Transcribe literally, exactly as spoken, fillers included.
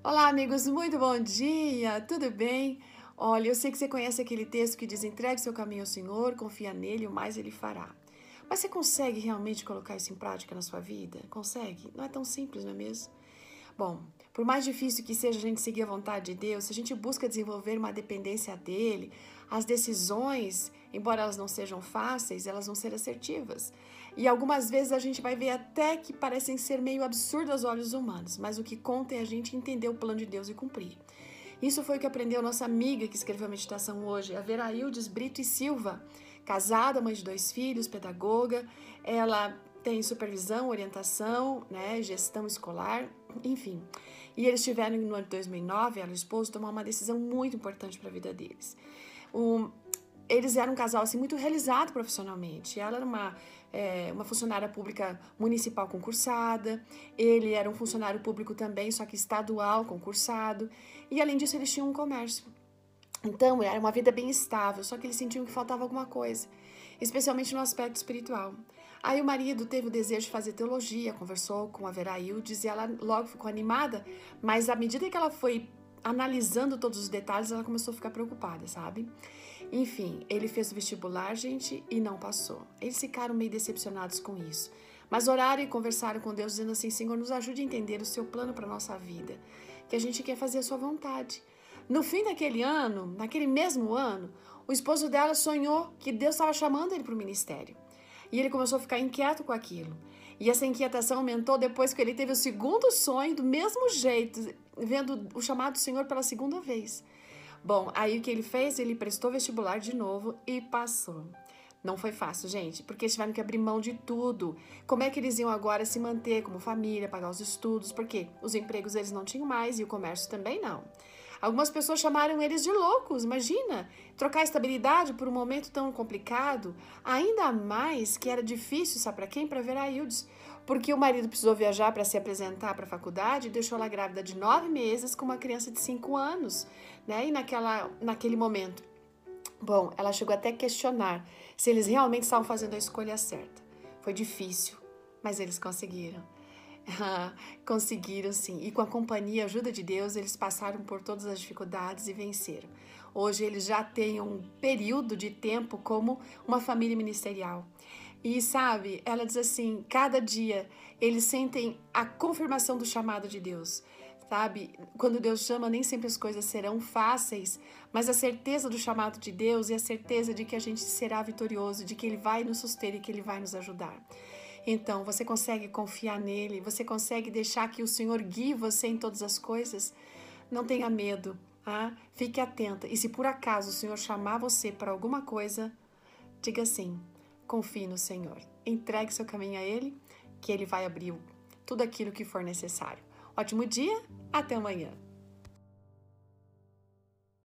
Olá, amigos, muito bom dia, tudo bem? Olha, eu sei que você conhece aquele texto que diz: entregue seu caminho ao Senhor, confia nele, o mais ele fará. Mas você consegue realmente colocar isso em prática na sua vida? Consegue? Não é tão simples, não é mesmo? Bom, por mais difícil que seja a gente seguir a vontade de Deus, se a gente busca desenvolver uma dependência dele, as decisões, embora elas não sejam fáceis, elas vão ser assertivas. E algumas vezes a gente vai ver até que parecem ser meio absurdas aos olhos humanos, mas o que conta é a gente entender o plano de Deus e cumprir. Isso foi o que aprendeu nossa amiga que escreveu a meditação hoje, a Veraildes Brito e Silva, casada, mãe de dois filhos, pedagoga. Ela tem supervisão, orientação, né, gestão escolar, enfim. E eles tiveram no ano de dois mil e nove, ela e o esposo, tomar uma decisão muito importante para a vida deles. O, eles eram um casal assim, muito realizado profissionalmente. Ela era uma, é, uma funcionária pública municipal concursada, ele era um funcionário público também, só que estadual concursado, e além disso eles tinham um comércio. Então, era uma vida bem estável, só que eles sentiam que faltava alguma coisa, especialmente no aspecto espiritual. Aí o marido teve o desejo de fazer teologia, conversou com a Veraildes e ela logo ficou animada, mas à medida que ela foi analisando todos os detalhes, ela começou a ficar preocupada, sabe? Enfim, ele fez o vestibular, gente, e não passou. Eles ficaram meio decepcionados com isso, mas oraram e conversaram com Deus, dizendo assim: Senhor, nos ajude a entender o seu plano para a nossa vida, que a gente quer fazer a sua vontade. No fim daquele ano, naquele mesmo ano, o esposo dela sonhou que Deus estava chamando ele para o ministério. E ele começou a ficar inquieto com aquilo. E essa inquietação aumentou depois que ele teve o segundo sonho, do mesmo jeito, vendo o chamado do Senhor pela segunda vez. Bom, aí o que ele fez? Ele prestou vestibular de novo e passou. Não foi fácil, gente, porque eles tiveram que abrir mão de tudo. Como é que eles iam agora se manter como família, pagar os estudos? Porque os empregos eles não tinham mais e o comércio também não. Algumas pessoas chamaram eles de loucos, imagina, trocar a estabilidade por um momento tão complicado, ainda mais que era difícil, sabe para quem? Para Veraildes, porque o marido precisou viajar para se apresentar para a faculdade e deixou ela grávida de nove meses com uma criança de cinco anos, né? E naquela, naquele momento, bom, ela chegou até a questionar se eles realmente estavam fazendo a escolha certa. Foi difícil, mas eles conseguiram. Conseguiram sim, e com a companhia, a ajuda de Deus, eles passaram por todas as dificuldades e venceram. Hoje eles já têm um período de tempo como uma família ministerial. E sabe, ela diz assim, cada dia eles sentem a confirmação do chamado de Deus. Sabe, quando Deus chama, nem sempre as coisas serão fáceis, mas a certeza do chamado de Deus e a certeza de que a gente será vitorioso, de que Ele vai nos suster e que Ele vai nos ajudar. Então, você consegue confiar nele? Você consegue deixar que o Senhor guie você em todas as coisas? Não tenha medo, ah? Fique atenta. E se por acaso o Senhor chamar você para alguma coisa, diga assim: confie no Senhor. Entregue seu caminho a Ele, que Ele vai abrir tudo aquilo que for necessário. Ótimo dia, até amanhã.